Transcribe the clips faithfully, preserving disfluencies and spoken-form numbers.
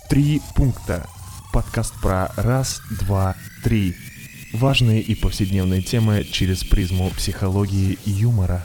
Три пункта. Подкаст про раз, два, три. Важные и повседневные темы через призму психологии и юмора.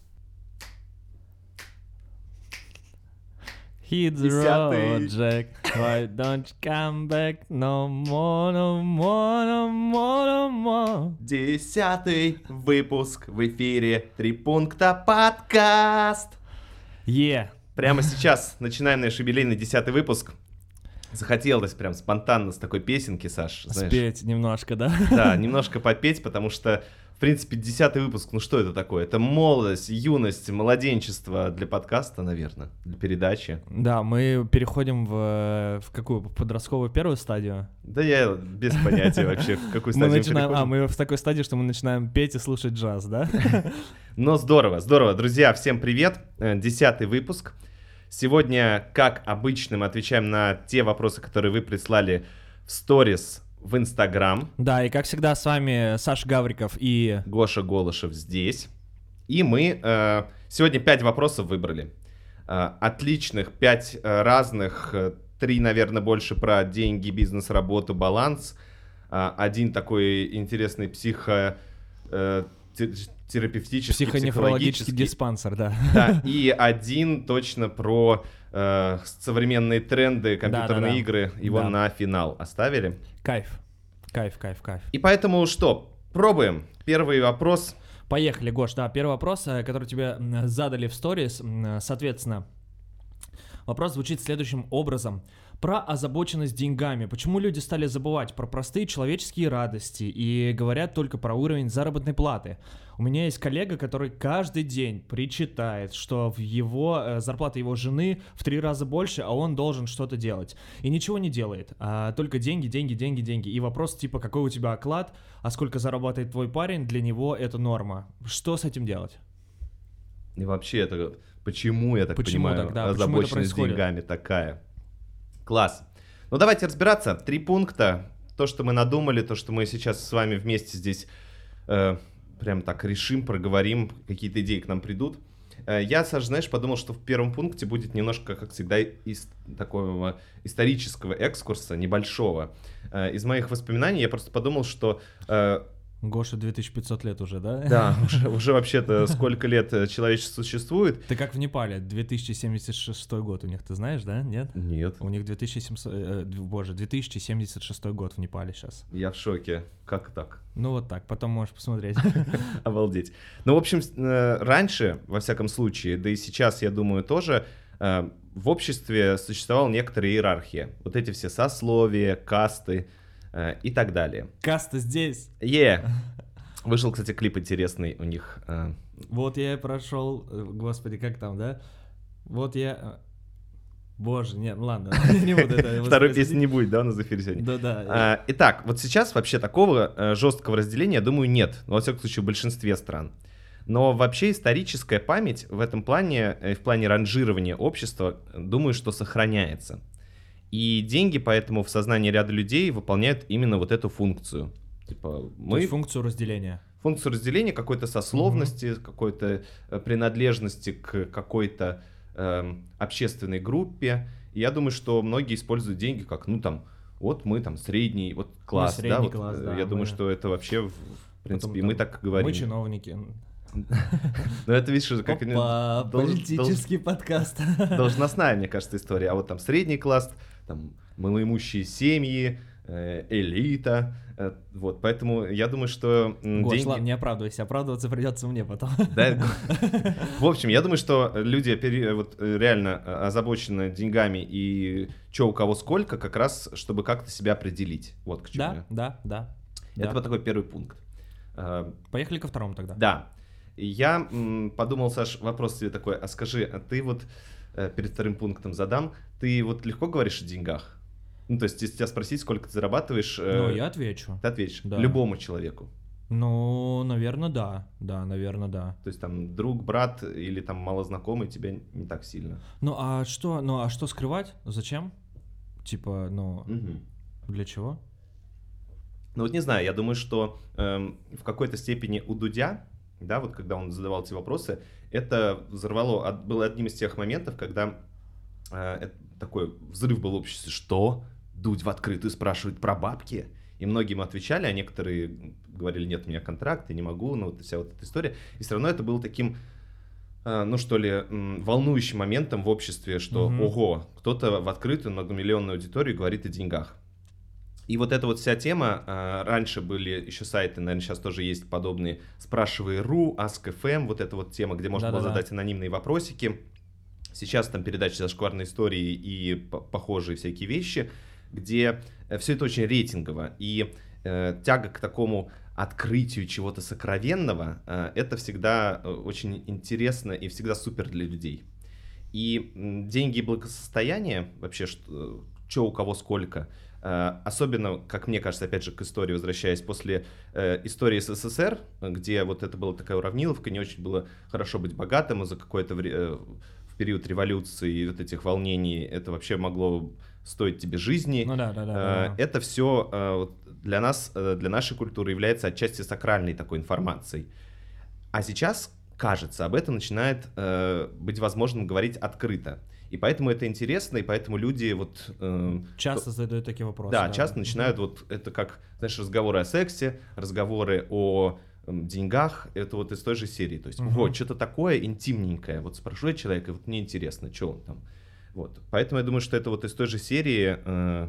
Hit the road, Jack. Why don't you come back no more, no more, no more, no more. Десятый выпуск в эфире. Три пункта подкаст. Yeah. Прямо сейчас начинаем наш юбилейный десятый выпуск. Захотелось прям спонтанно с такой песенки, Саш, знаешь. Спеть немножко, да? Да, немножко попеть, потому что, в принципе, десятый выпуск, ну что это такое? Это молодость, юность, младенчество для подкаста, наверное, для передачи. Да, мы переходим в, в какую? В подростковую первую стадию? Да я без понятия вообще, в какую стадию мы мы начинаем, переходим. А, мы в такой стадии, что мы начинаем петь и слушать джаз, да? Ну, здорово, здорово. Друзья, всем привет. Десятый выпуск. Сегодня, как обычно, мы отвечаем на те вопросы, которые вы прислали в сторис в Инстаграм. Да, и как всегда с вами Саша Гавриков и... Гоша Голышев здесь. И мы э, сегодня пять вопросов выбрали. Э, отличных, пять э, разных. Э, три, наверное, больше про деньги, бизнес, работу, баланс. Э, один такой интересный психо... Э, терапевтический, психонефрологический психологический диспансер, да. Да, и один точно про э, современные тренды, компьютерные Да, да, да. игры. Его Да. на финал оставили. Кайф, кайф, кайф, кайф. И поэтому что? Пробуем. Первый вопрос. Поехали, Гош, да, первый вопрос, э, который тебе м, задали в сторис, м, соответственно, вопрос звучит следующим образом. Про озабоченность деньгами. Почему люди стали забывать про простые человеческие радости и говорят только про уровень заработной платы? У меня есть коллега, который каждый день причитает, что в его, э, зарплата его жены в три раза больше, а он должен что-то делать. И ничего не делает, а только деньги, деньги, деньги, деньги. И вопрос типа, какой у тебя оклад, а сколько зарабатывает твой парень, для него это норма. Что с этим делать? И вообще, это почему, я так Почему понимаю, так, да? Почему это озабоченность происходит? деньгами такая? Класс. Ну, давайте разбираться. Три пункта. То, что мы надумали, то, что мы сейчас с вами вместе здесь э, прям так решим, проговорим, какие-то идеи к нам придут. Э, я, Саш, знаешь, подумал, что в первом пункте будет немножко, как всегда, из такого исторического экскурса, небольшого. Э, из моих воспоминаний я просто подумал, что... Э, Гоша две тысячи пятьсот лет уже, да? да, уже, уже вообще-то сколько лет человечество существует. Ты как в Непале, две тысячи семьдесят шестой год у них, ты знаешь, да? Нет? Нет. У них две тысячи семьсот, э, боже, две тысячи семьдесят шестой год в Непале сейчас. Я в шоке. Как так? Ну вот так, потом можешь посмотреть. Обалдеть. Ну, в общем, э, раньше, во всяком случае, да и сейчас, я думаю, тоже, э, в обществе существовала некоторая иерархия. Вот эти все сословия, касты э, и так далее. Каста здесь. Е! Вышел, кстати, клип интересный у них. э, Вот я прошел, э, господи, как там, да? Вот я... э, Боже, нет, ну ладно, не буду это Второй воспроизводить. песни не будет, да, у нас в эфире сегодня? Да-да. А, Итак, вот сейчас вообще такого э, жесткого разделения, я думаю, нет. Во всяком случае, в большинстве стран. Но вообще историческая память в этом плане, э, в плане ранжирования общества, думаю, что сохраняется. И деньги поэтому в сознании ряда людей выполняют именно вот эту функцию. Типа То мы... есть функцию разделения. Функцию разделения, какой-то сословности, какой-то э, принадлежности к какой-то эм, общественной группе. И я думаю, что многие используют деньги как, ну там, вот мы там средний вот класс, средний да, вот, класс, э, да, я мы- думаю, что это вообще, в в принципе, Потом и мы там, так говорим. Мы чиновники. Но это, видишь, уже как Опа, долж- политический подкаст. долж- должностная, мне кажется, история. А вот там средний класс, там малоимущие семьи, э, элита. э, Вот, поэтому я думаю, что м, Гош, деньги... ладно, не оправдывайся, оправдываться придется мне потом. Да, в общем, я думаю, что люди пере- вот, э, реально э, озабочены деньгами и что у кого сколько, как раз, чтобы как-то себя определить. Вот к чему Да, я. да, да. Это да. вот такой первый пункт. Э, Поехали ко второму тогда. Да. И я м, подумал, Саш, вопрос тебе такой, а скажи, а ты вот э, перед вторым пунктом задам, ты вот легко говоришь о деньгах? Ну, то есть, если тебя спросить, сколько ты зарабатываешь, э, Ну, я отвечу. ты ответишь Да. любому человеку. Ну, наверное, да. Да, наверное, да. То есть, там, друг, брат или там малознакомый тебя не так сильно. Ну, а что, ну, а что скрывать? Зачем? Типа, ну, Мгм. для чего? Ну вот не знаю, я думаю, что эм, в какой-то степени у Дудя, да, вот когда он задавал эти вопросы, это взорвало, от- было одним из тех моментов, когда э, такой взрыв был в обществе, что Дудь в открытую спрашивает про бабки. И многим отвечали, а некоторые говорили, нет, у меня контракт, я не могу, ну вот вся вот эта история. И все равно это было таким, ну что ли, волнующим моментом в обществе, что mm-hmm. ого, кто-то в открытую многомиллионную аудиторию говорит о деньгах. И вот эта вот вся тема, раньше были еще сайты, наверное, сейчас тоже есть подобные, спрашивай точка ру, Ask эф эм, вот эта вот тема, где можно Да-да-да. было задать анонимные вопросики. Сейчас там передачи «Зашкварные истории» и похожие всякие вещи, где все это очень рейтингово, и э, тяга к такому открытию чего-то сокровенного, э, это всегда очень интересно и всегда супер для людей. И э, деньги и благосостояние, вообще, что, что у кого сколько, э, особенно, как мне кажется, опять же, к истории возвращаясь, после э, истории СССР, где вот это была такая уравниловка, не очень было хорошо быть богатым, и за какое-то время, э, в период революции и вот этих волнений это вообще могло стоить тебе жизни. Ну, да, да, да, да. Это все для нас, для нашей культуры является отчасти сакральной такой информацией. А сейчас, кажется, об этом начинает быть возможным говорить открыто. И поэтому это интересно, и поэтому люди вот... Часто задают такие вопросы. Да, да, часто начинают вот это как, знаешь, разговоры о сексе, разговоры о деньгах, это вот из той же серии. То есть, угу. вот, что-то такое интимненькое. Вот спрошу я человека, вот мне интересно, что он там... Вот. Поэтому я думаю, что это вот из той же серии э,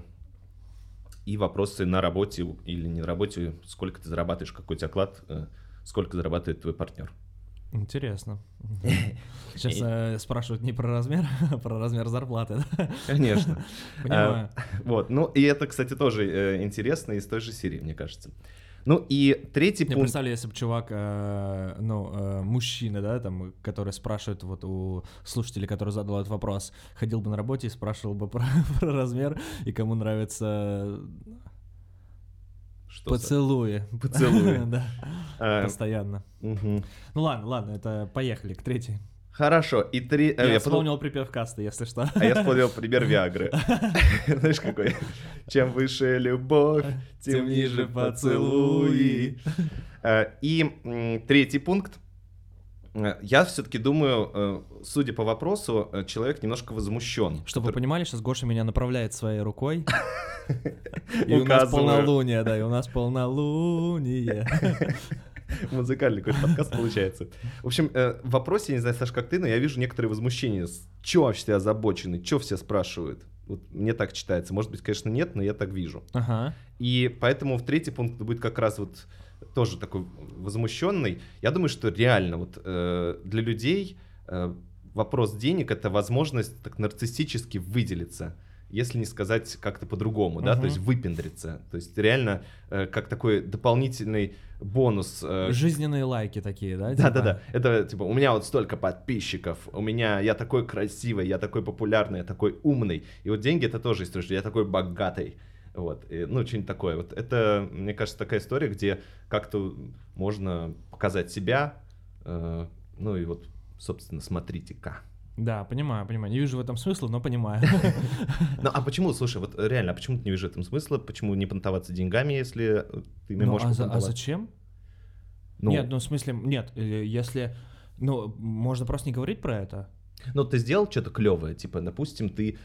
и вопросы на работе или не на работе, сколько ты зарабатываешь, какой у тебя оклад, э, сколько зарабатывает твой партнер. Интересно. Сейчас э, спрашивают не про размер, а про размер зарплаты. Конечно. Понимаю. Вот. Ну и это, кстати, тоже э, интересно из той же серии, мне кажется. Ну и третий Я пункт... представляю, если бы чувак, э, ну, э, мужчина, да, там, который спрашивает вот у слушателей, который задал этот вопрос, ходил бы на работе и спрашивал бы про, про размер, и кому нравится Что поцелуи. Поцелуи. Да, постоянно. Ну ладно, ладно, это поехали к третьей. Хорошо, и три... Я, я вспомнил подум... припев касты, если что. А я вспомнил пример Виагры. Знаешь, какой? Чем выше любовь, тем ниже поцелуи. И третий пункт. Я все-таки думаю, судя по вопросу, человек немножко возмущен. Чтобы вы понимали, сейчас Гоша меня направляет своей рукой. И у нас полнолуние, да, и у нас полнолуние. Музыкальный какой-то подкаст получается. В общем, э, в вопросе, я не знаю, Саш, как ты, но я вижу некоторые возмущения. Чё вообще все озабочены? Чё все спрашивают? Вот мне так читается. Может быть, конечно, нет, но я так вижу. Ага. И поэтому в третий пункт будет как раз вот тоже такой возмущенный. Я думаю, что реально вот э, для людей э, вопрос денег — это возможность так нарциссически выделиться. Если не сказать как-то по-другому, uh-huh. да, то есть выпендриться. То есть реально э, как такой дополнительный бонус. Э... Жизненные лайки такие, да? Да-да-да. Типа? Это типа у меня вот столько подписчиков, у меня я такой красивый, я такой популярный, я такой умный. И вот деньги — это тоже история, что я такой богатый. Вот. И, ну, что-нибудь такое. Вот это, мне кажется, такая история, где как-то можно показать себя. Э, ну и вот, собственно, смотрите-ка. Да, понимаю, понимаю. Не вижу в этом смысла, но понимаю. Ну, а почему, слушай, вот реально, а почему ты не видишь в этом смысла? Почему не понтоваться деньгами, если ты не можешь понтоваться? А зачем? Нет, ну, в смысле, нет, если... Ну, можно просто не говорить про это. Ну, ты сделал что-то клевое, типа, допустим, ты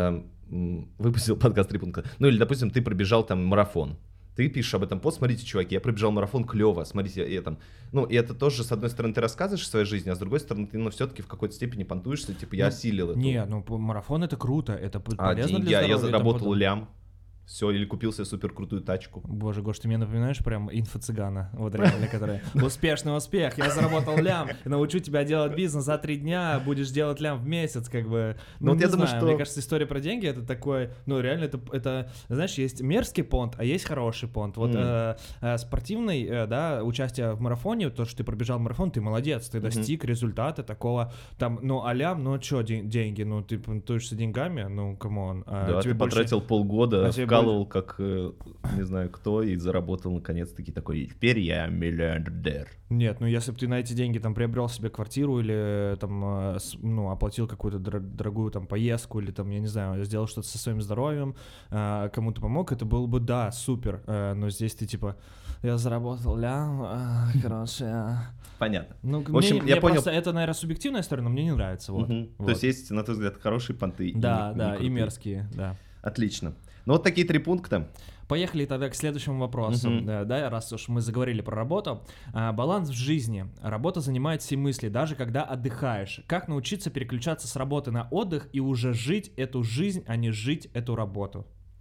выпустил подкаст «Три пункта», ну, или, допустим, ты пробежал там марафон. Ты пишешь об этом пост, смотрите, чуваки, я пробежал марафон, клево, смотрите, я там... Ну, и это тоже, с одной стороны, ты рассказываешь о своей жизни, а с другой стороны, ты, ну, все-таки в какой-то степени понтуешься, типа, я ну, осилил это. Не, ну, марафон — это круто, это а полезно деньги, для здоровья. Я заработал лям, все, или купил себе супер крутую тачку. Боже, Гош, ты мне напоминаешь прям инфо-цыгана, вот реально, которая... Успешный успех, я заработал лям, научу тебя делать бизнес за три дня, будешь делать лям в месяц, как бы... Ну, вот я думаю, что... Мне кажется, история про деньги — это такое... Ну, реально, это, это знаешь, есть мерзкий понт, а есть хороший понт. Вот mm. э, э, спортивный, э, да, участие в марафоне, то, что ты пробежал марафон, ты молодец, ты достиг mm-hmm. результата такого, там, ну, а лям, ну, что деньги? Ну, ты понтуешься деньгами, ну, камон. Да, ты больше... потратил полгода в вкалывал как, э, не знаю кто, и заработал наконец-таки такой, теперь я миллиардер. Нет, ну если бы ты на эти деньги там приобрел себе квартиру или там, э, с- ну, оплатил какую-то дор- дорогую там поездку или там, я не знаю, сделал что-то со своим здоровьем, э, кому-то помог, это было бы, да, супер. Э, но здесь ты типа, я заработал, ля, э, короче... э». Понятно. Ну, В общем, мне, я мне понял. просто это, наверное, субъективная история, но мне не нравится, вот. Мгм. Вот. То есть есть, на твой взгляд, хорошие понты. Да, и не- да, не и крутые. мерзкие, да. Отлично. Ну вот такие три пункта. Поехали тогда к следующему вопросу. Мгм. Да, да, раз уж мы заговорили про работу. А, баланс в жизни. Работа занимает все мысли, даже когда отдыхаешь. Как научиться переключаться с работы на отдых и уже жить эту жизнь, а не жить эту работу?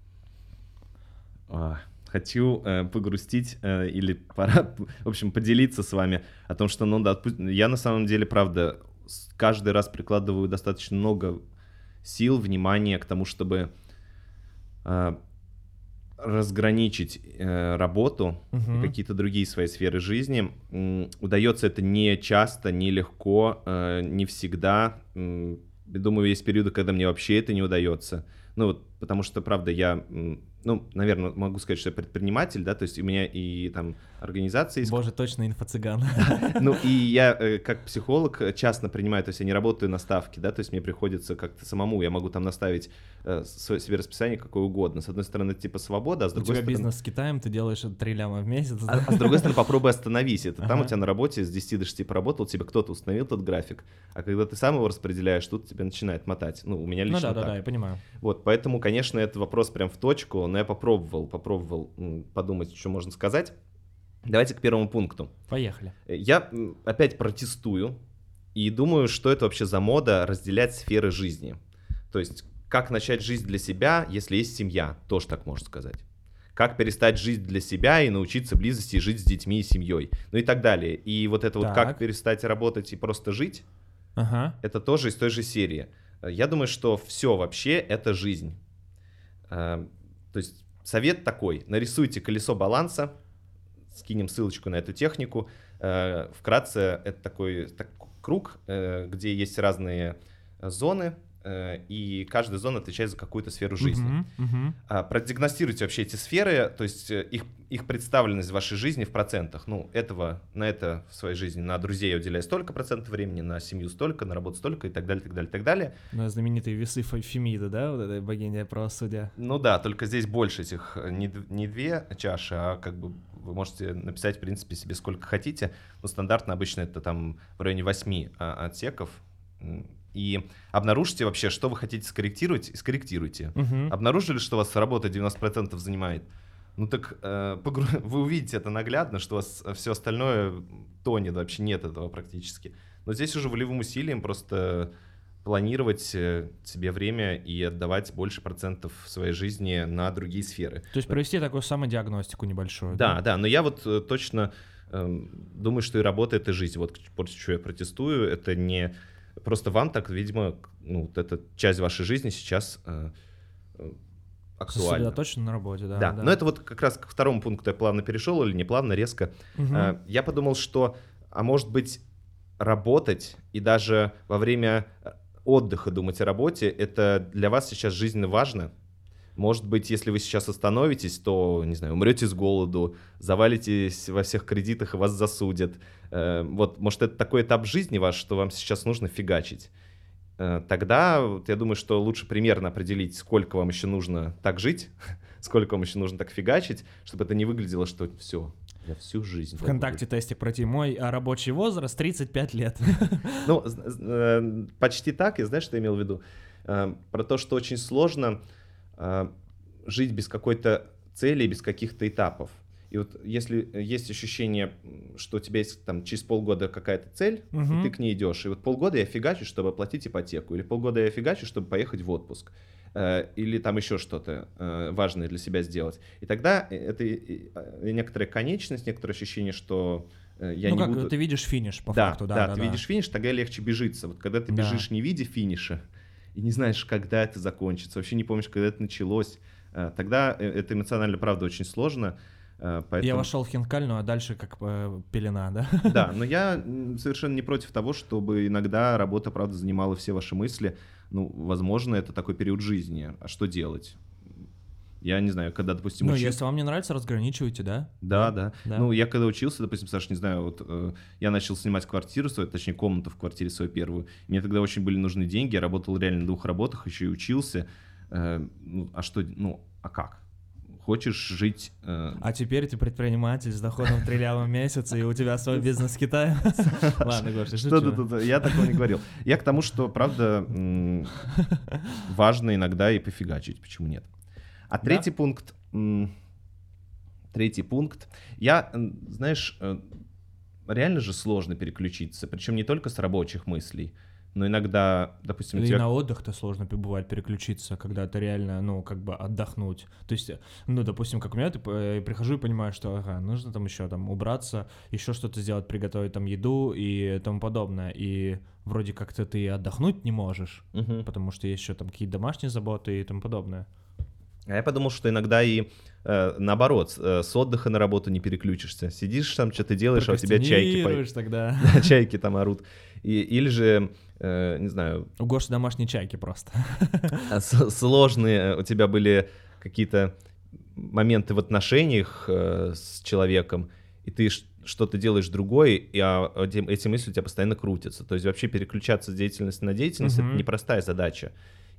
А, Хочу э, погрустить э, или пора, в общем, поделиться с вами о том, что, ну да, отпу- я на самом деле, правда, с- каждый раз прикладываю достаточно много сил, внимания к тому, чтобы э, разграничить э, работу Мгм. и какие-то другие свои сферы жизни. М, Удается это не часто, не легко, э, не всегда. М, Думаю, есть периоды, когда мне вообще это не удается. Ну вот, потому что, правда, я, м, ну, наверное, могу сказать, что я предприниматель, да, то есть у меня и там организация есть. Боже, точно инфо-цыган. Ну, и я э, как психолог э, частно принимаю, то есть я не работаю на ставке, да, то есть мне приходится как-то самому, я могу там наставить э, свое себе расписание какое угодно. С одной стороны, это типа свобода, а с У другой тебя стороны... бизнес с Китаем, ты делаешь три ляма в месяц. А, а с другой стороны, попробуй остановись. Это там Ага. у тебя на работе с десяти до шести поработал, тебе кто-то установил этот график, а когда ты сам его распределяешь, тут тебе начинает мотать. Ну, у меня Ну лично да, да, так. да, я понимаю. Вот, поэтому, конечно, это вопрос прям в точку, но я попробовал, попробовал м, подумать, что можно сказать. Давайте к первому пункту. Поехали. Я м, опять протестую и думаю, что это вообще за мода разделять сферы жизни. То есть, как начать жизнь для себя, если есть семья, тоже так можно сказать. Как перестать жить для себя и научиться близости и жить с детьми и семьей, ну и так далее. И вот это вот как Так. перестать работать и просто жить, Ага. это тоже из той же серии. Я думаю, что все вообще это жизнь. Э, То есть совет такой: нарисуйте колесо баланса, скинем ссылочку на эту технику. Э, Вкратце, это такой так- круг, э, где есть разные зоны, э, и каждая зона отвечает за какую-то сферу жизни. Мгм, мгм. А, Продиагностируйте вообще эти сферы, то есть э, их, их представленность в вашей жизни в процентах. Ну, этого, на это в своей жизни, на друзей я уделяю столько процентов времени, на семью столько, на работу столько и так далее, так далее, так далее. Ну, знаменитые весы Фе- Фемиды, да, вот этой богини правосудия. Ну да, только здесь больше этих, э, не, д- не две чаши, а как бы вы можете написать, в принципе, себе сколько хотите. Но стандартно обычно это там в районе восьми а, отсеков. М, И обнаружьте вообще, что вы хотите скорректировать, и скорректируйте. Мгм. Обнаружили, что у вас работа девяносто процентов занимает? Ну так э, погру- вы увидите это наглядно, что у вас все остальное тонет, вообще нет этого практически. Но здесь уже волевым усилием просто планировать э, себе время и отдавать больше процентов своей жизни на другие сферы. То есть провести такую самодиагностику небольшую. Да, да, но я вот э, точно эм, думаю, что и работа — это жизнь. Вот против чего я протестую, это не просто вам так, видимо, ну, вот эта часть вашей жизни сейчас э, э, актуальна. Сосредоточен на работе, да. Да, но это вот как раз к второму пункту я плавно перешел или не плавно, резко. Мгм. Э, Я подумал, что, а может быть, работать и даже во время отдыха думать о работе — это для вас сейчас жизненно важно. Может быть, если вы сейчас остановитесь, то, не знаю, умрете с голоду, завалитесь во всех кредитах и вас засудят. Э, Вот, может, это такой этап жизни ваш, что вам сейчас нужно фигачить. Э, Тогда, вот, я думаю, что лучше примерно определить, сколько вам еще нужно так жить, сколько вам еще нужно так фигачить, чтобы это не выглядело, что все, я всю жизнь. так буду. ВКонтакте тестик пройти. Мой а, рабочий возраст тридцать пять лет. Ну, з- з- э, почти так, я знаешь, что я имел в виду? Э, Про то, что очень сложно э, жить без какой-то цели, без каких-то этапов. И вот если есть ощущение, м, что у тебя есть там через полгода какая-то цель, Мгм. и ты к ней идешь, и вот полгода я фигачу, чтобы оплатить ипотеку, или полгода я фигачу, чтобы поехать в отпуск, э, или там еще что-то э, важное для себя сделать. И тогда это и- и, э, некоторая конечность, некоторое ощущение, что э, я Ну не как, буду... ты видишь финиш, по Да, факту, да, да. да, ты да. видишь финиш, тогда легче бежится. Вот когда ты Да. бежишь не видя финиша и не знаешь, когда это закончится, вообще не помнишь, когда это началось, э, тогда э, это эмоционально, правда, очень сложно. э, Поэтому... Я вошел в хинкальную, а дальше как э, пелена, да? Да, но я м, совершенно не против того, чтобы иногда работа, правда, занимала все ваши мысли. Ну, возможно, это такой период жизни. А что делать? Я не знаю, когда, допустим, Ну, учился... если вам не нравится, разграничивайте, да? Да, да, Да. Ну, я когда учился, допустим, Саш, не знаю, вот э, я начал снимать квартиру свою, точнее, комнату в квартире свою первую. Мне тогда очень были нужны деньги, я работал реально на двух работах, еще и учился. Э, ну, а что, ну, а как? Хочешь жить... Э... А теперь ты предприниматель с доходом три ляма в месяц, и у тебя свой бизнес в Китае. Ладно, Гоша, Что ты шучу. тут? Я такого не говорил. Я к тому, что, правда, м, важно иногда и пофигачить, почему нет. А третий пункт... м, Третий пункт. Я, м, знаешь, э, реально же сложно переключиться, причем не только с рабочих мыслей, но иногда, допустим, у И тебя... на отдых-то сложно бывает переключиться, когда ты реально, ну, как бы отдохнуть. То есть, ну, допустим, как у меня, ты э, прихожу и понимаю, что, ага, нужно там еще там убраться, еще что-то сделать, приготовить там еду и тому подобное. И вроде как-то ты отдохнуть не можешь, Мгм. потому что есть еще там какие-то домашние заботы и тому подобное. А я подумал, что иногда и э, наоборот, э, с отдыха на работу не переключишься. Сидишь там, что-то делаешь, а у тебя чайки, по- Прокрастинируешь тогда. чайки там орут. И, или же, э, не знаю, У Гоши домашние чайки просто. а, с- сложные у тебя были какие-то моменты в отношениях э, с человеком, и ты ш- что-то делаешь другое, и а, эти, эти мысли у тебя постоянно крутятся. То есть вообще переключаться с деятельности на деятельность — Мгм. это непростая задача.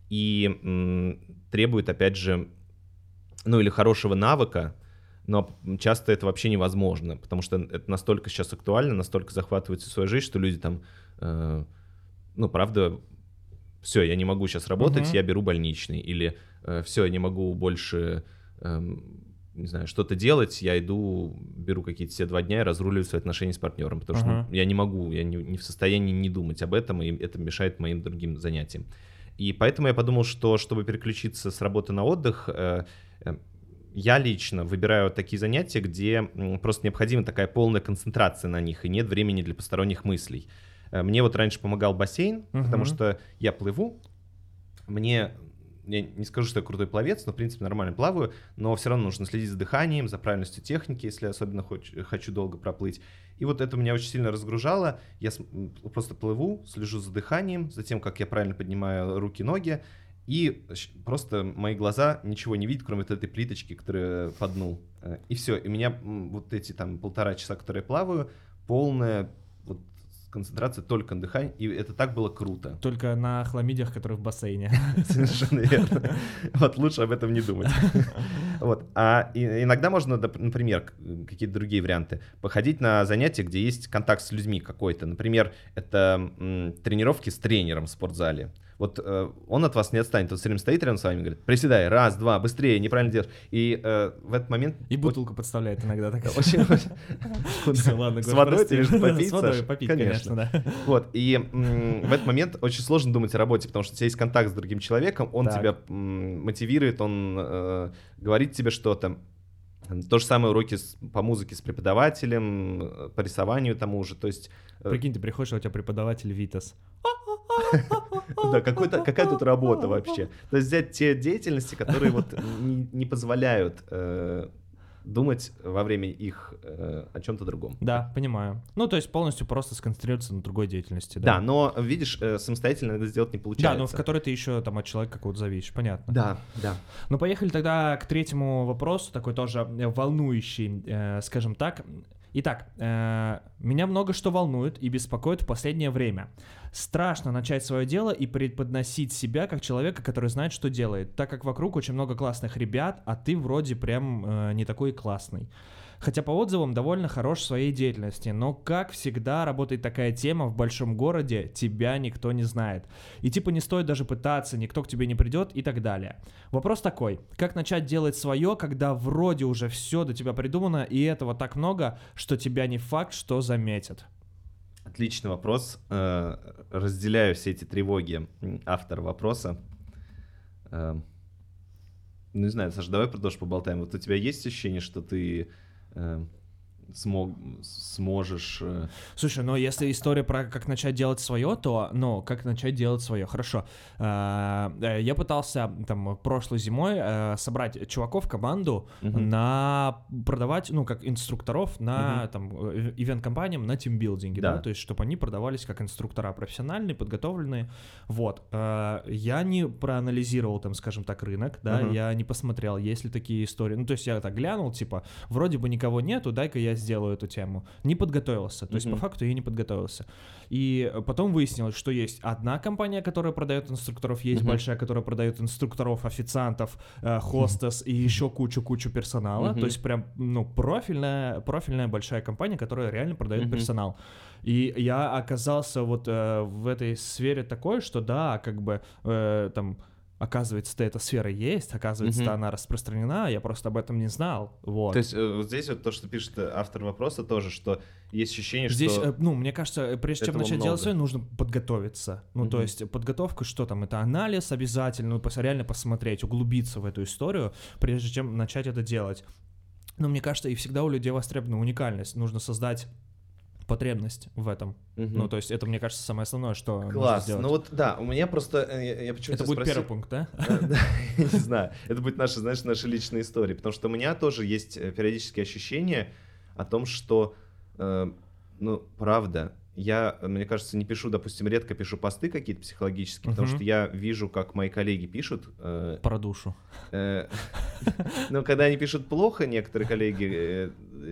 И м, требует, опять же, ну или хорошего навыка, но часто это вообще невозможно, потому что это настолько сейчас актуально, настолько захватывает всю свою жизнь, что люди там, э, ну, правда, все, я не могу сейчас работать, Мгм. я беру больничный, или все, я не могу больше, эм, не знаю, что-то делать, я иду, беру какие-то все два дня и разруливаю свои отношения с партнером, потому что Ага. ну, я не могу, я не, не в состоянии не думать об этом, и это мешает моим другим занятиям. И поэтому я подумал, что чтобы переключиться с работы на отдых, э, э, я лично выбираю такие занятия, где м, просто необходима такая полная концентрация на них, и нет времени для посторонних мыслей. Э, Мне вот раньше помогал бассейн, потому Мгм. что я плыву, мне, я не скажу, что я крутой пловец, но в принципе нормально плаваю, но все равно нужно следить за дыханием, за правильностью техники, если особенно хоч- хочу долго проплыть. И вот это меня очень сильно разгружало. Я с- м, просто плыву, слежу за дыханием, за тем, как я правильно поднимаю руки, ноги, и щ- просто мои глаза ничего не видят, кроме вот этой плиточки, которая по дну. Э, И все. И у меня м, вот эти там полтора часа, которые я плаваю, полная вот концентрация только на дыхании, и это так было круто. Только на хламидиях, которые в бассейне. Совершенно верно. Вот лучше об этом не думать. Вот. А и- иногда можно, доп- например, к- какие-то другие варианты. Походить на занятия, где есть контакт с людьми какой-то. Например, это м, тренировки с тренером в спортзале. Вот э, он от вас не отстанет. Он все время стоит рядом с вами и говорит: приседай, раз, два, быстрее, неправильно делаешь. И э, в этот момент... И бутылку подставляет иногда так. Очень... Всё, ладно, С Гош, водой прости. ты решил попить, С водой Саш? попить, конечно, да. Вот, и м, в этот момент очень сложно думать о работе, потому что у тебя есть контакт с другим человеком, он Так. тебя м, мотивирует, он э, говорит тебе что-то. То же самое уроки с- по музыке с преподавателем, э, по рисованию тому же, то есть... э, Прикинь, ты приходишь, а у тебя преподаватель Витас. Да, какой-то, какая тут работа вообще? То есть взять те деятельности, которые вот не, не позволяют э, думать во время их э, о чем-то другом. Да, понимаю. Ну, то есть полностью просто сконцентрироваться на другой деятельности, Да, да? но, видишь, э, самостоятельно это сделать не Да, получается. но в которой ты еще там от человека какого-то зависишь, понятно. Да, да. Ну, поехали тогда к третьему вопросу, такой тоже э, волнующий, э, скажем так. Итак, э, меня много что волнует и беспокоит в последнее время. Страшно начать свое дело и преподносить себя как человека, который знает, что делает, так как вокруг очень много классных ребят, а ты вроде прям э, не такой классный. Хотя по отзывам довольно хорош в своей деятельности, но, как всегда, работает такая тема: в большом городе тебя никто не знает. И типа не стоит даже пытаться, никто к тебе не придет и так далее. Вопрос такой: как начать делать свое, когда вроде уже все до тебя придумано, и этого так много, что тебя не факт, что заметят? Отличный вопрос. Э, Разделяю все эти тревоги м, автора вопроса. Э, Ну, не знаю, Саша, давай продолжим поболтаем. Вот у тебя есть ощущение, что ты э, смог, сможешь... э, Слушай, ну если история про как начать делать свое, то, ну, как начать делать свое, хорошо. Э, э, Я пытался там прошлой зимой э, собрать чуваков, команду, Мгм. на продавать, ну, как инструкторов на Мгм. там э, ивент-компаниям на тимбилдинге, да. Да. то есть чтобы они продавались как инструктора профессиональные, подготовленные. Вот. Э, Я не проанализировал там, скажем так, рынок, да, Мгм. я не посмотрел, есть ли такие истории. Ну, то есть я так глянул, типа, вроде бы никого нету, дай-ка я сделаю эту тему. Не подготовился, то есть Мгм. по факту я не подготовился. И потом выяснилось, что есть одна компания, которая продает инструкторов, есть Мгм. большая, которая продает инструкторов, официантов, э, хостес и еще кучу-кучу персонала. Мгм. То есть прям, ну, профильная, профильная большая компания, которая реально продает Мгм. персонал. И я оказался вот э, в этой сфере такой, что да, как бы э, там... Оказывается, эта сфера есть, оказывается, Мгм. она распространена, я просто об этом не знал. Вот. То есть э, вот здесь вот то, что пишет э, автор вопроса тоже, что есть ощущение, Здесь, что... э, ну, мне кажется, э, прежде чем этого начать много. делать свое, нужно подготовиться. Ну, то Мгм. есть подготовка, что там, это анализ обязательно, ну, пос- реально посмотреть, углубиться в эту историю, прежде чем начать это делать. Но мне кажется, и всегда у людей востребована уникальность. Нужно создать потребность в этом. Мгм. Ну, то есть это, мне кажется, самое основное, что нужно Класс. сделать. Ну вот, да, у меня просто... э, Я, я почему-то это будет спросил- первый пункт, да? Э, да, я не знаю. Это будет наши, знаешь, наши личные истории. Потому что у меня тоже есть э, периодические ощущения о том, что, э, ну, правда, я, мне кажется, не пишу, допустим, редко пишу посты какие-то психологические, потому Мгм. что я вижу, как мои коллеги пишут. э, Про душу. э, Но когда они пишут плохо, некоторые коллеги, э,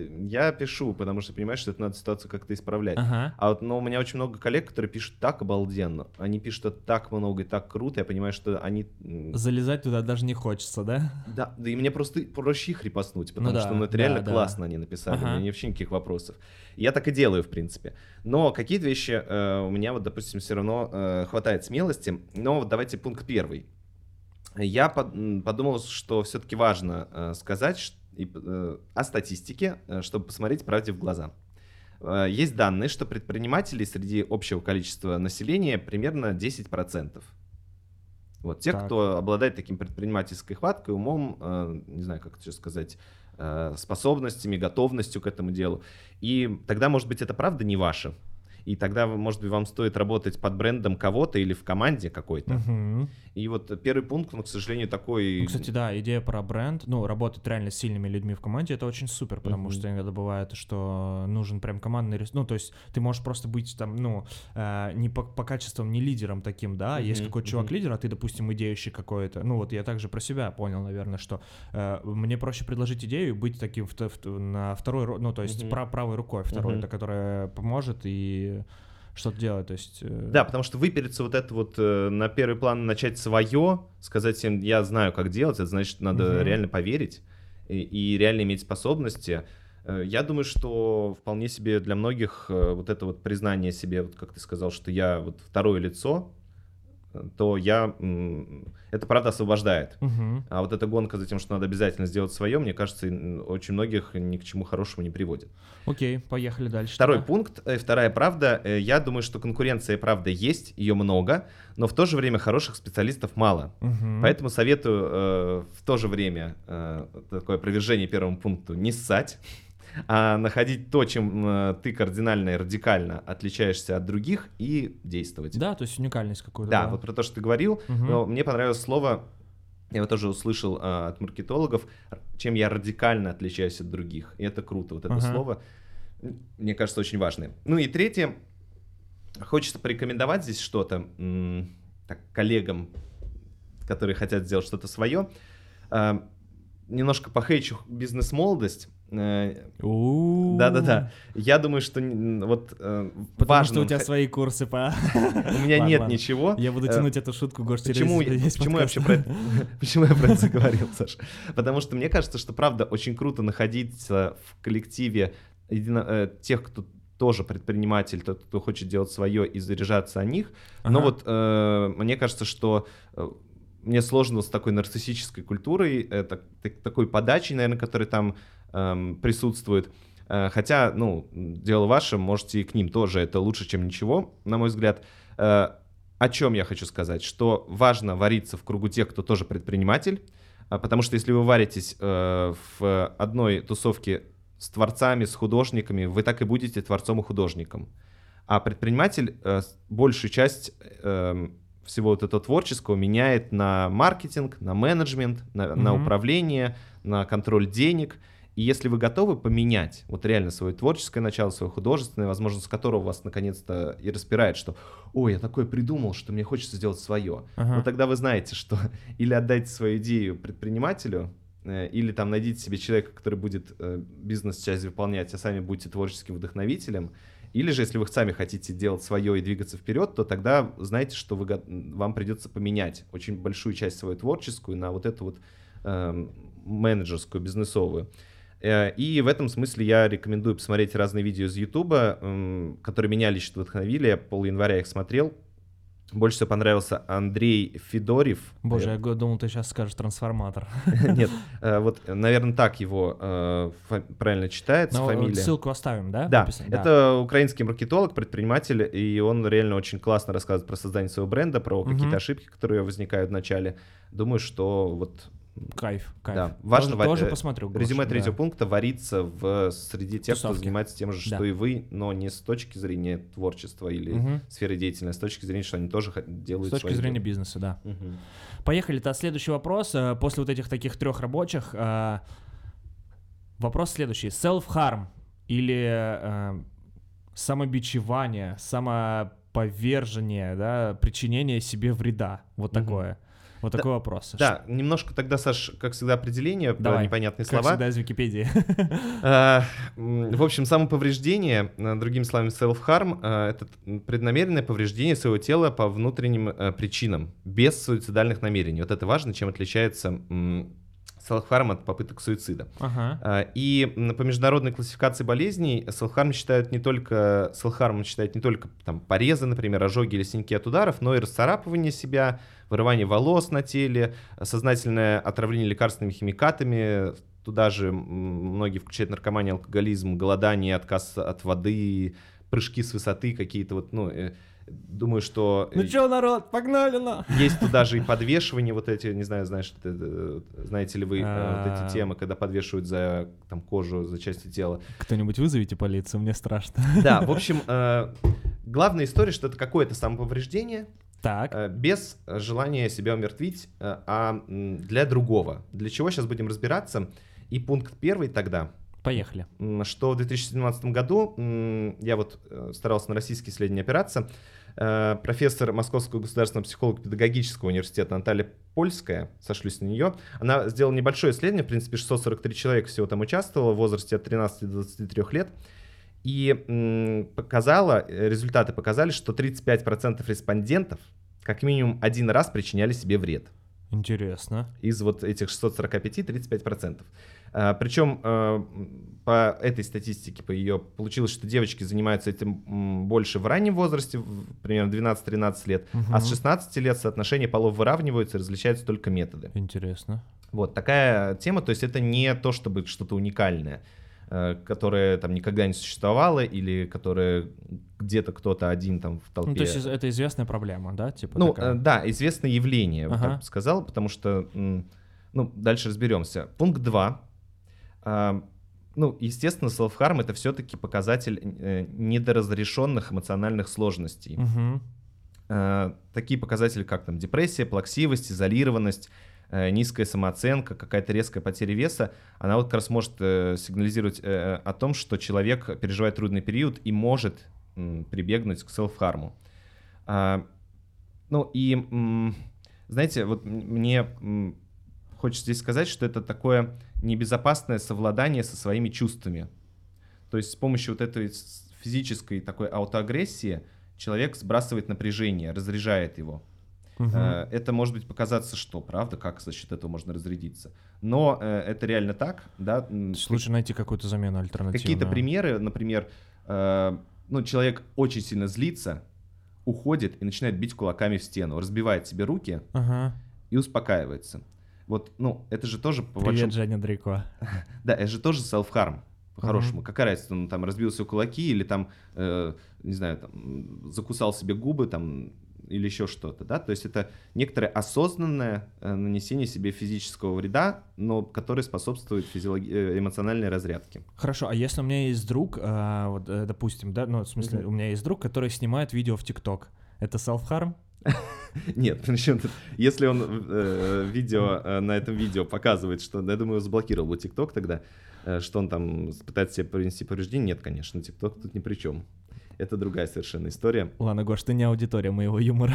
я пишу, потому что понимаю, что это надо ситуацию как-то исправлять. Ага. А вот, но у меня очень много коллег, которые пишут так обалденно. Они пишут это так много и так круто. Я понимаю, что они... м, Залезать туда даже не хочется, да? Да, да и мне просто проще их репостнуть, потому Ну что да, ну, это да, реально да. классно они написали, Ага. у меня вообще никаких вопросов. И я так и делаю, в принципе. Но какие-то вещи э, у меня, вот, допустим, все равно э, хватает смелости. Но вот давайте пункт первый. Я под- м, подумал, что все-таки важно э, сказать ш- и, э, о статистике, э, чтобы посмотреть правде в глаза. Э, Есть данные, что предпринимателей среди общего количества населения примерно десять процентов. Вот те, Так. кто обладает таким предпринимательской хваткой, умом, э, не знаю, как это сказать, э, способностями, готовностью к этому делу. И тогда, может быть, это правда не ваше. И тогда, может быть, вам стоит работать под брендом кого-то или в команде какой-то. Мгм. И вот первый пункт, он, к сожалению, такой... Ну, кстати, да, идея про бренд, ну, работать реально с сильными людьми в команде, это очень супер, потому Мгм. что иногда бывает, что нужен прям командный ресурс. Ну, то есть ты можешь просто быть там, ну, э, не по, по качествам, не лидером таким, да, есть Мгм, какой-то мгм. чувак-лидер, а ты, допустим, идеющий какой-то. Ну, вот я также про себя понял, наверное, что э, мне проще предложить идею и быть таким в, в- на второй, ру- ну, то есть Мгм. пра- правой рукой второй, Мгм. это которая поможет и что-то делать, то есть... э, Да, потому что выпереться вот это вот э, на первый план, начать свое, сказать всем, я знаю, как делать, это значит, надо Мгм. реально поверить и, и реально иметь способности. Э, Я думаю, что вполне себе для многих э, вот это вот признание себе, вот как ты сказал, что я вот второе лицо, э, то я... м, это правда освобождает. мгм. А вот эта гонка за тем, что надо обязательно сделать свое, мне кажется, м, очень многих ни к чему хорошему не приводит. Окей, поехали дальше. Второй тогда. пункт, э, вторая правда. э, Я думаю, что конкуренция, правда, есть, ее много, но в то же время хороших специалистов мало. Мгм. Поэтому советую э, в то же время, э, такое опровержение первому пункту, не ссать, а находить то, чем э, ты кардинально и радикально отличаешься от других, и действовать. Да, то есть уникальность какую-то. Да, вот про то, что ты говорил, Мгм. но мне понравилось слово, я его тоже услышал а, от маркетологов, р- чем я радикально отличаюсь от других. И это круто, вот это Ага. слово, м, мне кажется, очень важное. Ну и третье, хочется порекомендовать здесь что-то м, так, коллегам, которые хотят сделать что-то свое. А, немножко похейчу бизнес-молодость. Э, У-у-у. Да-да-да. Я думаю, что н- вот э, Потому важно... что у тебя свои курсы по... У меня Ладно, нет ладно. ничего. Я буду Э, тянуть эту шутку, Гош, через Почему, я- весь почему я вообще про подкаст. это, почему я про это заговорил, Саша? Потому что мне кажется, что правда очень круто находиться в коллективе едино- э, тех, кто тоже предприниматель, тот, кто хочет делать свое и заряжаться о них. Но Ага. вот э, мне кажется, что э, мне сложно с такой нарциссической культурой, э, так- так- такой подачей, наверное, которая там эм, присутствует. Э, Хотя, ну, дело ваше, можете и к ним тоже, это лучше, чем ничего, на мой взгляд. Э, О чем я хочу сказать? Что важно вариться в кругу тех, кто тоже предприниматель, а, потому что если вы варитесь э, в одной тусовке с творцами, с художниками, вы так и будете творцом и художником. А предприниматель э, большую часть э, всего вот этого творческого меняет на маркетинг, на менеджмент, на, mm-hmm. на управление, на контроль денег. И если вы готовы поменять вот реально свое творческое начало, свое художественное, возможно, с которого вас наконец-то и распирает, что «Ой, я такое придумал, что мне хочется сделать свое». Uh-huh. Вот тогда вы знаете, что или отдайте свою идею предпринимателю, э, или там найдите себе человека, который будет э, бизнес-часть выполнять, а сами будете творческим вдохновителем. Или же, если вы сами хотите делать свое и двигаться вперед, то тогда знаете, что вы, вам придется поменять очень большую часть свою творческую на вот эту вот э, менеджерскую, бизнесовую. И в этом смысле я рекомендую посмотреть разные видео из Ютуба, которые меня лично вдохновили. Я пол января их смотрел. Больше всего понравился Андрей Федорев. Боже, я думал, ты сейчас скажешь «Трансформатор». Нет, вот, наверное, так его правильно читается, фамилия. Ссылку оставим, да? Да, это украинский маркетолог, предприниматель, и он реально очень классно рассказывает про создание своего бренда, про какие-то ошибки, которые возникают в начале. Думаю, что вот... Кайф, кайф. Да. Важно, тоже, тоже в... посмотрю. Резюме Гоша, третьего да. пункта варится в среди тех, Тусовки. кто занимается тем же, что да. и вы, но не с точки зрения творчества или угу. сферы деятельности, а с точки зрения, что они тоже делают. С точки свои зрения дела. бизнеса, да. Угу. Поехали. То следующий вопрос. После вот этих таких трех рабочих. Вопрос следующий. Self-harm или самобичевание, самоповержение, да, причинение себе вреда. Вот угу. такое. Вот да, такой вопрос. Да, что... немножко тогда, Саш, как всегда, определение, про непонятные как слова. Как всегда из Википедии. В общем, самоповреждение, другими словами, self-harm, это преднамеренное повреждение своего тела по внутренним причинам, без суицидальных намерений. Вот это важно, чем отличается self-harm от попыток суицида. Ага. И по международной классификации болезней self-harm считают не только, self-harm считают не только там, порезы, например, ожоги или синяки от ударов, но и расцарапывание себя, вырывание волос на теле, сознательное отравление лекарственными химикатами. Туда же многие включают наркоманию, алкоголизм, голодание, отказ от воды, прыжки с высоты какие-то вот, ну... Думаю, что... Ну чё, народ, погнали на! Есть туда же и подвешивание вот эти, не знаю, знаешь, знаете ли вы вот эти темы, когда подвешивают за там, кожу, за части тела. Кто-нибудь вызовите полицию, мне страшно. Да, в общем, главная история, что это какое-то самоповреждение, так. без желания себя умертвить, а для другого. Для чего сейчас будем разбираться. И пункт первый тогда... Поехали. Что в две тысячи семнадцатом году, я вот старался на российские исследования опираться, профессор Московского государственного психолого-педагогического университета Наталья Польская, сошлюсь на нее, она сделала небольшое исследование, в принципе, шестьсот сорок три человека всего там участвовало в возрасте от тринадцати до двадцати трёх лет, и показала, результаты показали, что тридцать пять процентов респондентов как минимум один раз причиняли себе вред. Интересно. Из вот этих шестисот сорока пяти тридцать пять процентов. А, причем а, по этой статистике, по ее, получилось, что девочки занимаются этим больше в раннем возрасте, примерно двенадцать-тринадцать лет, угу. а с шестнадцати лет соотношение полов выравниваются, различаются только методы. Интересно. Вот такая тема, то есть это не то, чтобы что-то уникальное, которое там никогда не существовало или которое где-то кто-то один там в толпе. Ну, то есть это известная проблема, да? Типа ну, такая... да, известное явление, ага. так бы сказал, потому что, ну, дальше разберемся. Пункт два. Ну, естественно, self-harm — это все-таки показатель недоразрешенных эмоциональных сложностей. Угу. Такие показатели, как там депрессия, плаксивость, изолированность, низкая самооценка, какая-то резкая потеря веса, она вот как раз может э, сигнализировать э, о том, что человек переживает трудный период и может м, прибегнуть к селф-харму. А, ну и, м, знаете, вот мне м, хочется здесь сказать, что это такое небезопасное совладание со своими чувствами. То есть с помощью вот этой физической такой аутоагрессии человек сбрасывает напряжение, разряжает его. Uh-huh. Это может быть показаться, что правда, как за счет этого можно разрядиться. Но э, это реально так, да. Лучше найти какую-то замену альтернативную. Какие-то примеры, например, э, ну, человек очень сильно злится, уходит и начинает бить кулаками в стену, разбивает себе руки uh-huh. и успокаивается. Вот, ну, это же тоже... Привет, большому... Женя Дрейко. Да, это же тоже self-harm. По-хорошему. Uh-huh. Какая разница, он там разбил себе кулаки или там, э, не знаю, там, закусал себе губы, там, или еще что-то, да, то есть это некоторое осознанное э, нанесение себе физического вреда, но который способствует физиологи- э, эмоциональной разрядке. Хорошо, а если у меня есть друг, а, вот, э, допустим, да, ну, в смысле, Мгм. у меня есть друг, который снимает видео в ТикТок, это self-harm? Нет, причем тут, если он э, видео э, на этом видео показывает, что, я думаю, заблокировал бы ТикТок тогда, э, что он там пытается себе принести повреждение, нет, конечно, ТикТок тут ни при чем. Это другая совершенно история. Ладно, Гош, ты не аудитория моего юмора.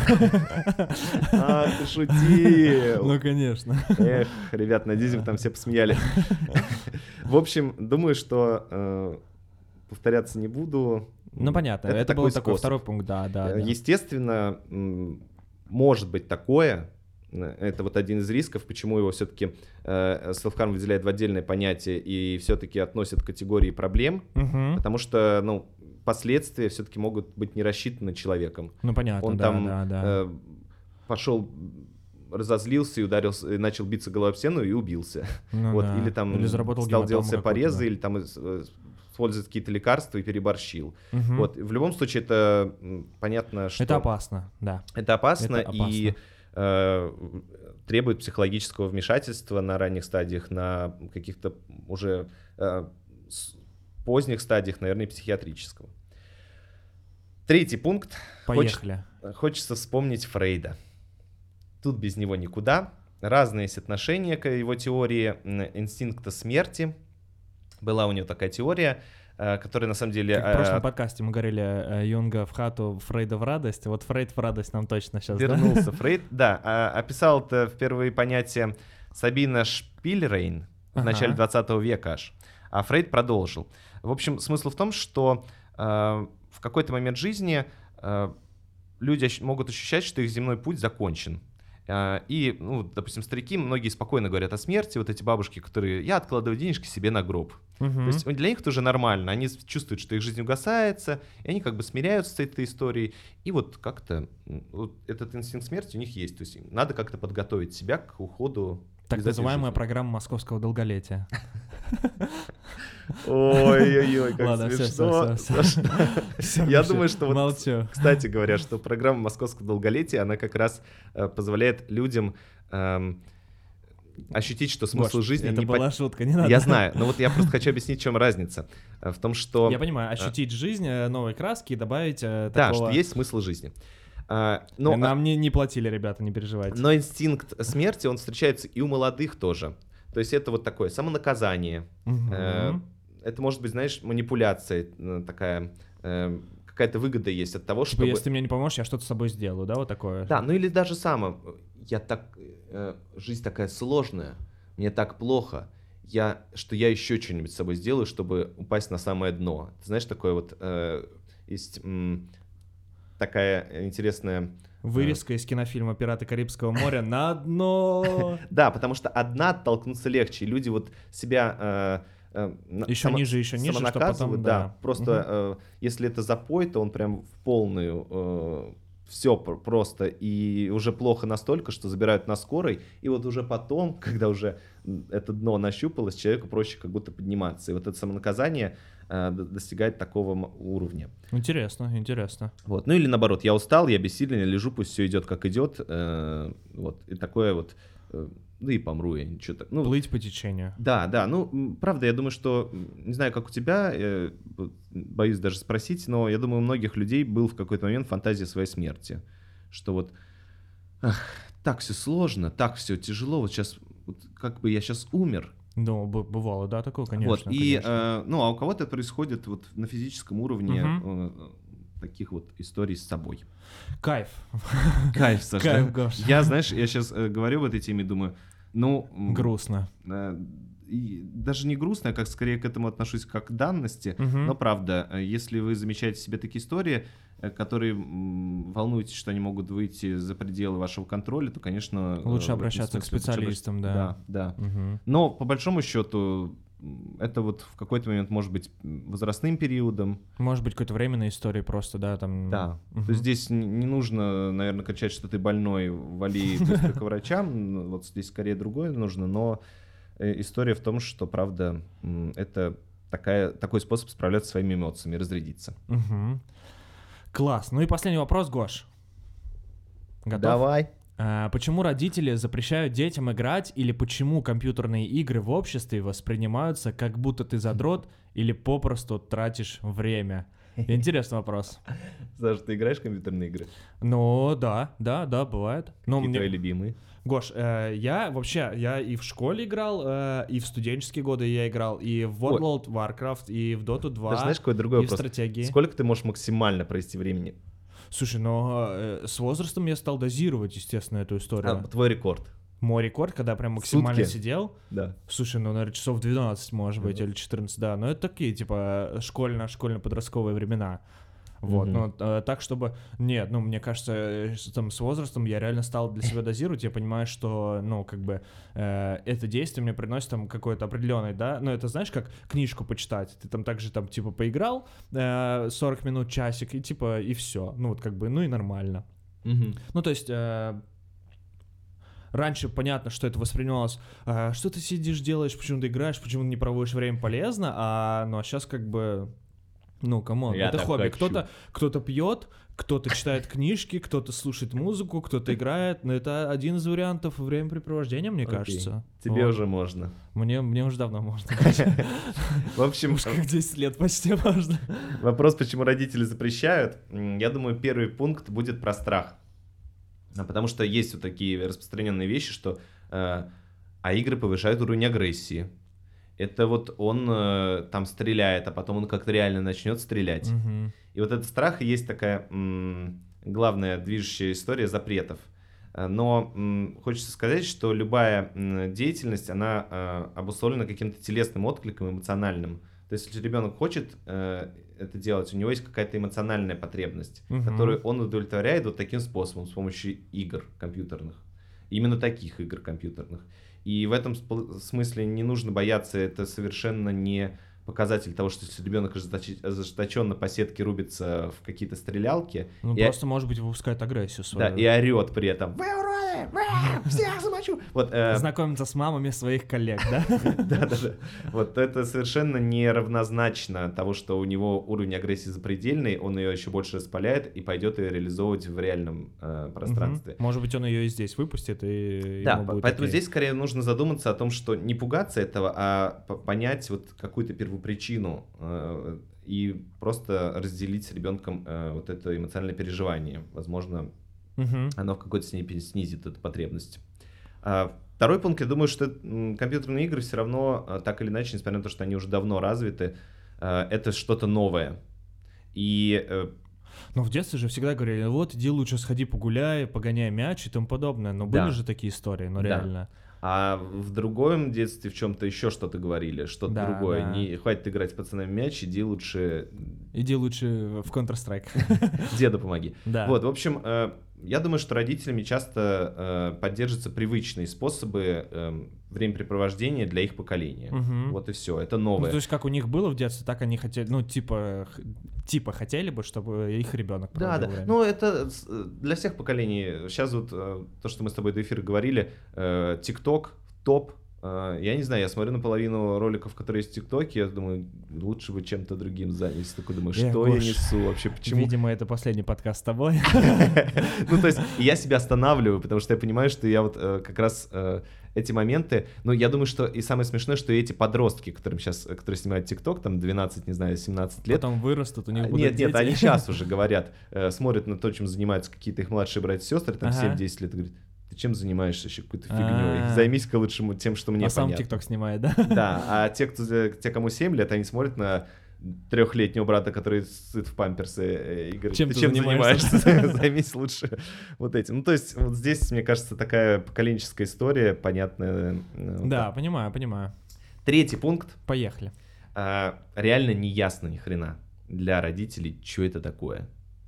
А, ты шутил! Ну, конечно. Эх, ребят, надеюсь, вы там все посмеяли. В общем, думаю, что э, повторяться не буду. Ну, понятно, это, такой был такой способ. второй пункт, да, да. Э, да. Естественно, м, может быть такое. Э, Это вот один из рисков, почему его все-таки э, self-harm выделяет в отдельное понятие и все-таки относит к категории проблем, Мгм. потому что, ну, последствия все-таки могут быть не рассчитаны человеком. Ну, понятно, Он да, там да, да. э, пошел, разозлился и ударился, и начал биться головой об стену и убился. Ну Вот, да. или там Или заработал стал делать гематому себе какую-то, порезы, да. или там э, использовать какие-то лекарства и переборщил. Мгм. Вот, в любом случае это м, понятно, что Это опасно, да. это опасно, Это опасно. и э, требует психологического вмешательства на ранних стадиях, на каких-то уже э, с- поздних стадиях, наверное, и психиатрического. Третий пункт. Хочет- Поехали. Хочется вспомнить Фрейда. Тут без него никуда. Разные есть отношения к его теории м, инстинкта смерти. Была у него такая теория, э, которая на самом деле... Как в э, прошлом подкасте мы говорили, э, Юнга в хату, Фрейда в радость. Вот Фрейд в радость нам точно сейчас, да? Вернулся Фрейд. Да, а, описал это впервые понятие Сабина Шпильрейн в Ага. начале двадцатого века аж. А Фрейд продолжил. В общем, смысл в том, что э, в какой-то момент жизни э, люди ощ- могут ощущать, что их земной путь закончен. Э, И, ну, допустим, старики, многие спокойно говорят о смерти, вот эти бабушки, которые, я откладываю денежки себе на гроб. Мгм. То есть для них это уже нормально, они с- чувствуют, что их жизнь угасается, и они как бы смиряются с этой историей, и вот как-то м, вот этот инстинкт смерти у них есть, то есть им надо как-то подготовить себя к уходу. Так из этой называемая жизни. программа московского долголетия. Ой-ой-ой, как Ладно, всё, смешно. всё, всё, всё. Я Всё, думаю, что вот, молчу. кстати говоря, что программа московского долголетия, она как раз э, позволяет людям эм, ощутить, что смысл Гош, жизни это не по- была шутка, не надо. Я знаю, но вот я просто хочу объяснить, в чем разница. Э, В том, что... Я понимаю, ощутить жизнь, э, новой краски и добавить э, Да, такого... что есть смысл жизни. А, но, Нам не, не платили, ребята, не переживайте. но инстинкт смерти, он встречается и у молодых тоже. То есть это вот такое самонаказание. Мгм. Э, Это может быть, знаешь, манипуляция э, такая, э, какая-то выгода есть от того, Типа, чтобы... если ты мне не поможешь, я что-то с собой сделаю, да, вот такое? Да, ну или даже само, я так, э, жизнь такая сложная, мне так плохо, я, что я еще что-нибудь с собой сделаю, чтобы упасть на самое дно. Ты знаешь, такое вот, э, есть м, такая интересная... Вырезка из кинофильма «Пираты Карибского моря» на дно. Да, потому что одна оттолкнуться легче, и люди вот себя... э, э, на- Еще само- ниже, еще ниже, что самонаказывают, потом, да. да. Просто э, если это запой, то он прям в полную... все просто, и уже плохо настолько, что забирают на скорой, и вот уже потом, когда уже это дно нащупалось, человеку проще как будто подниматься. И вот это самонаказание э, д- достигает такого м- уровня. Интересно, интересно. Вот. Ну или наоборот, я устал, я бессилен, лежу, пусть все идет как идет. э, вот. И такое вот, э, да и помру я, ничего так. Ну, Плыть по течению. да, да, ну, м, правда, я думаю, что, м, не знаю, как у тебя, э, вот, боюсь даже спросить, но я думаю, у многих людей был в какой-то момент фантазия своей смерти, что вот, ах, так все сложно, так все тяжело, вот сейчас, вот, как бы я сейчас умер. Ну, б- бывало, да, такое, конечно. Вот, и, конечно. э, ну, а у кого-то происходит вот на физическом уровне Мгм. э, таких вот историй с собой. Кайф. Кайф, Саша. Кайф, да? Гош. Я, знаешь, я сейчас говорю в этой теме, думаю, ну... м, Грустно. Э, и даже не грустно, я как скорее к этому отношусь как к данности, Мгм. но правда, э, если вы замечаете в себе такие истории, э, которые м, волнуетесь, что они могут выйти за пределы вашего контроля, то, конечно... э, в Лучше этом обращаться к смысле лучше специалистам, обращаться- да. Да, да. Мгм. Но по большому счету м, это вот в какой-то момент может быть м, возрастным периодом. Может быть, какой-то временной истории просто, да, там... Да. Мгм. То есть здесь н- не нужно, наверное, кричать, что ты больной, вали быстро к врачам. Ну, вот здесь скорее другое нужно, но э, история в том, что, правда, м, это такая, такой способ справляться со своими эмоциями, разрядиться. Мгм. Класс. Ну и последний вопрос, Гош. Готов? Давай. А, почему родители запрещают детям играть, или почему компьютерные игры в обществе воспринимаются, как будто ты задрот или попросту тратишь время? Интересный вопрос. Саша, ты играешь в компьютерные игры? Ну, да, да, да, бывает. Но Какие мне... твои любимые? Гош, э, я вообще, я и в школе играл, э, и в студенческие годы я играл, и в World of Warcraft, и в Dota два, Даже знаешь, какой другой и в вопрос? стратегии. Сколько ты можешь максимально провести времени? Слушай, но э, с возрастом я стал дозировать, естественно, эту историю. А, твой рекорд. Мой рекорд, когда прям максимально Сутки? сидел, Да. слушай, ну, наверное, часов двенадцать, может быть, Мгм. или четырнадцать, да, но это такие, типа, школьно, школьно-подростковые времена. Вот, Мгм. но э, так, чтобы... Нет, ну, мне кажется, э, что там с возрастом я реально стал для себя дозировать, я понимаю, что, ну, как бы, э, это действие мне приносит там какое-то определенное, да, ну, это знаешь, как книжку почитать, ты там также там, типа, поиграл э, сорок минут, часик, и, типа, и все, ну, вот, как бы, ну, и нормально. Мгм. Ну, то есть... Э, Раньше понятно, что это воспринималось, а, что ты сидишь, делаешь, почему ты играешь, почему ты не проводишь время полезно, а, ну, а сейчас как бы, ну, камон, Я это так хобби. хочу. Кто-то, кто-то пьет, кто-то читает книжки, кто-то слушает музыку, кто-то играет, но это один из вариантов времяпрепровождения, мне Окей. кажется. Тебе Вот. уже можно. Мне, мне уже давно можно. В общем, Уж как десять лет почти можно. вопрос, почему родители запрещают, м, я думаю, первый пункт будет про страх. А, Потому что есть вот такие распространенные вещи, что э, а игры повышают уровень агрессии. Это вот он э, там стреляет, а потом он как-то реально начнет стрелять. Мгм. И вот этот страх и есть такая м, главная движущая история запретов. Э, Но м, хочется сказать, что любая м, деятельность, она э, обусловлена каким-то телесным откликом, эмоциональным. То есть, если ребенок хочет э, это делать, у него есть какая-то эмоциональная потребность, Мгм. которую он удовлетворяет вот таким способом, с помощью игр компьютерных. Именно таких игр компьютерных. И в этом спл- смысле не нужно бояться, это совершенно не показатель того, что если ребенок ожесточенно по сетке рубится в какие-то стрелялки, Ну, и, просто, может быть, выпускает агрессию да, свою. и орет при этом: «Вы уроды! Бля, всех замочу!» Вот, э, Знакомиться с мамами своих коллег, да? да-да-да. Вот это совершенно неравнозначно того, что у него уровень агрессии запредельный, он ее еще больше распаляет и пойдет ее реализовывать в реальном э, пространстве. Мгм. Может быть, он ее и здесь выпустит, и Да, ему по- будет поэтому окей. здесь скорее нужно задуматься о том, что не пугаться этого, а по- понять вот какую-то первопричину э, и просто разделить с ребенком э, вот это эмоциональное переживание. Возможно, Мгм. оно в какой-то степени снизит эту потребность. А, Второй пункт, я думаю, что м, компьютерные игры все равно, а, так или иначе, несмотря на то, что они уже давно развиты, а, это что-то новое. И э, Но в детстве же всегда говорили, вот иди лучше сходи погуляй, погоняй мяч и тому подобное. Но Да. были же такие истории, но Да. реально. а в другом детстве в чем-то еще что-то говорили, что-то Да, другое. да. Не хватит играть с пацанами в мяч, иди лучше Иди лучше в Counter-Strike. деду помоги. Да. Вот, в общем, э, я думаю, что родителями часто э, поддерживаются привычные способы э, времяпрепровождения для их поколения. Мгм. Вот и все. Это Ну, новое. то есть, как у них было в детстве, так они хотели, ну, типа, х- типа хотели бы, чтобы их ребенок Да, проводил да. время. Ну, это с- для всех поколений. Сейчас вот э, то, что мы с тобой до эфира говорили, э, TikTok топ. Э, Я не знаю, я смотрю на половину роликов, которые есть в ТикТоке, я думаю, лучше бы чем-то другим занялись. Такой думаю, Эх, что я Гош, несу вообще, почему? Видимо, это последний подкаст с тобой. Ну, то есть я себя останавливаю, потому что я понимаю, что я вот э, как раз э, эти моменты, ну, я думаю, что и самое смешное, что и эти подростки, которым сейчас, которые снимают ТикТок, там двенадцать, не знаю, семнадцать лет, Потом вырастут, у них а, будут Нет, нет, дети. они сейчас уже говорят, э, смотрят на то, чем занимаются какие-то их младшие братья и сестры, там Ага. семь-десять лет, и говорят: ты чем занимаешься еще какой-то фигней? А. Займись-ка лучше м- тем, что мне А сам понятно. ТикТок снимает, да? Да, а те, кто, те, кому семь лет, они смотрят на трехлетнего брата, который сыт в памперсы, э, и говорит: Чем ты ты чем занимаешься?» занимаешься? Займись лучше вот этим. Ну, то есть вот здесь, мне кажется, такая поколенческая история, понятная. э, вот Да, так. понимаю, понимаю. Третий пункт. Поехали. А, реально не ясно ни хрена для родителей, что это такое.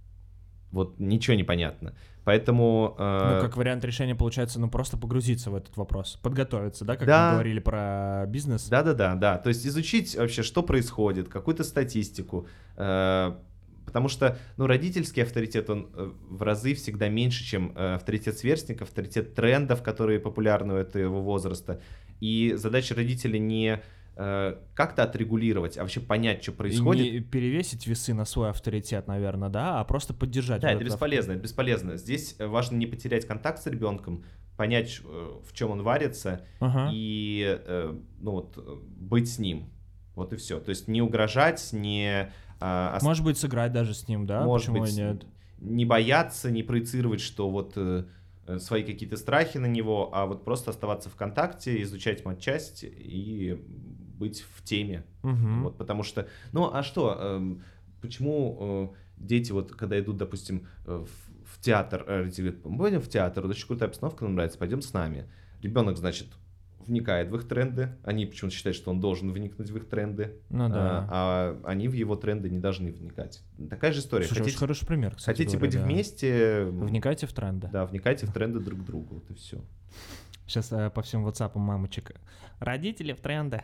Вот ничего не понятно. Поэтому... Ну, э, как вариант решения получается, ну, просто погрузиться в этот вопрос. Подготовиться, да, как Да. мы говорили про бизнес. Да-да-да, да. То есть изучить вообще, что происходит, какую-то статистику. э, Потому что, ну, родительский авторитет, он э, в разы всегда меньше, чем э, авторитет сверстников, авторитет трендов, которые популярны у этого возраста. И задача родителей не э, как-то отрегулировать, а вообще понять, что происходит. И не перевесить весы на свой авторитет, наверное, да, а просто поддержать. Да, вот это этот бесполезно, это бесполезно. Здесь важно не потерять контакт с ребенком, понять, э, в чем он варится, Ага. и э, ну, вот, э, быть с ним. Вот и все. То есть не угрожать, не... а, ост- Может быть, сыграть даже с ним, да? может Почему быть, и нет? не бояться, не проецировать, что вот э, э, свои какие-то страхи на него, а вот просто оставаться в контакте, изучать матчасть и быть в теме. Мгм. Вот, потому что, ну а что, эм, почему э, дети вот, когда идут, допустим, э, в, в театр, э, родители говорят, мы пойдем в театр, вот очень крутая обстановка, нам нравится, пойдем с нами. Ребенок, значит, вникает в их тренды, они почему-то считают, что он должен вникнуть в их тренды, Ну да. а, а они в его тренды не должны вникать. Такая же история. Слушай, очень Хотите, хороший пример, кстати хотите говоря, быть да. вместе, Вникайте в тренды. да, вникайте в тренды друг к другу, вот и все. Сейчас э, по всем ватсапам мамочек. Родители в тренды.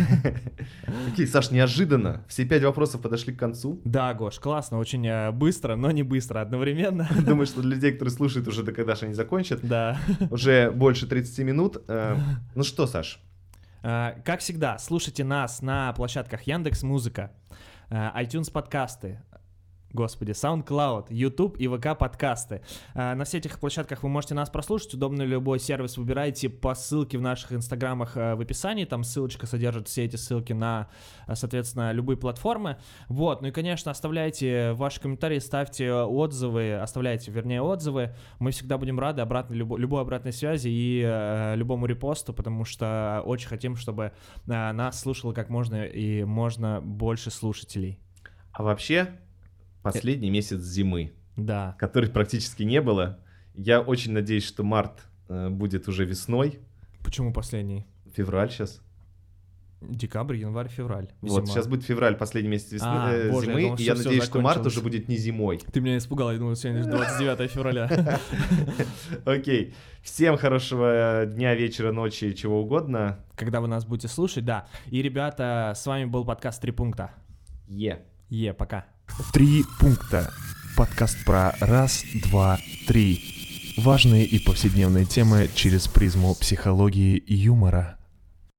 Окей, Саш, неожиданно. Все пять вопросов подошли к концу. Да, Гош, классно, очень э, быстро, но не быстро одновременно. Думаю, что для людей, которые слушают уже до когда же они закончат, Да. уже больше тридцати минут. Э, Ну что, Саш? Э, Как всегда, слушайте нас на площадках Яндекс.Музыка, э, iTunes подкасты, господи, SoundCloud, YouTube и ВК подкасты. Э, На всех этих площадках вы можете нас прослушать. Удобно любой сервис выбирайте по ссылке в наших инстаграмах э, в описании. Там ссылочка содержит все эти ссылки на, э, соответственно, любые платформы. Вот, ну и, конечно, оставляйте ваши комментарии, ставьте отзывы, оставляйте, вернее, отзывы. Мы всегда будем рады обратной, любой, любой обратной связи и э, любому репосту, потому что очень хотим, чтобы э, нас слушало как можно и можно больше слушателей. А вообще, последний месяц зимы, Да. которой практически не было. Я очень надеюсь, что март э, будет уже весной. Почему последний? Февраль сейчас. Декабрь, январь, февраль. Вот, Зима. сейчас будет февраль, последний месяц весны, А, э, боже, я зимы. думал, и что я всё надеюсь, что март закончилось. уже будет не зимой. Ты меня испугал, я думал, сегодня двадцать девятое февраля. Окей. Всем хорошего дня, вечера, ночи, чего угодно. Когда вы нас будете слушать, да. И, ребята, с вами был подкаст «Три пункта». Е. Е, пока. Три пункта. Подкаст про раз, два, три. Важные и повседневные темы через призму психологии и юмора.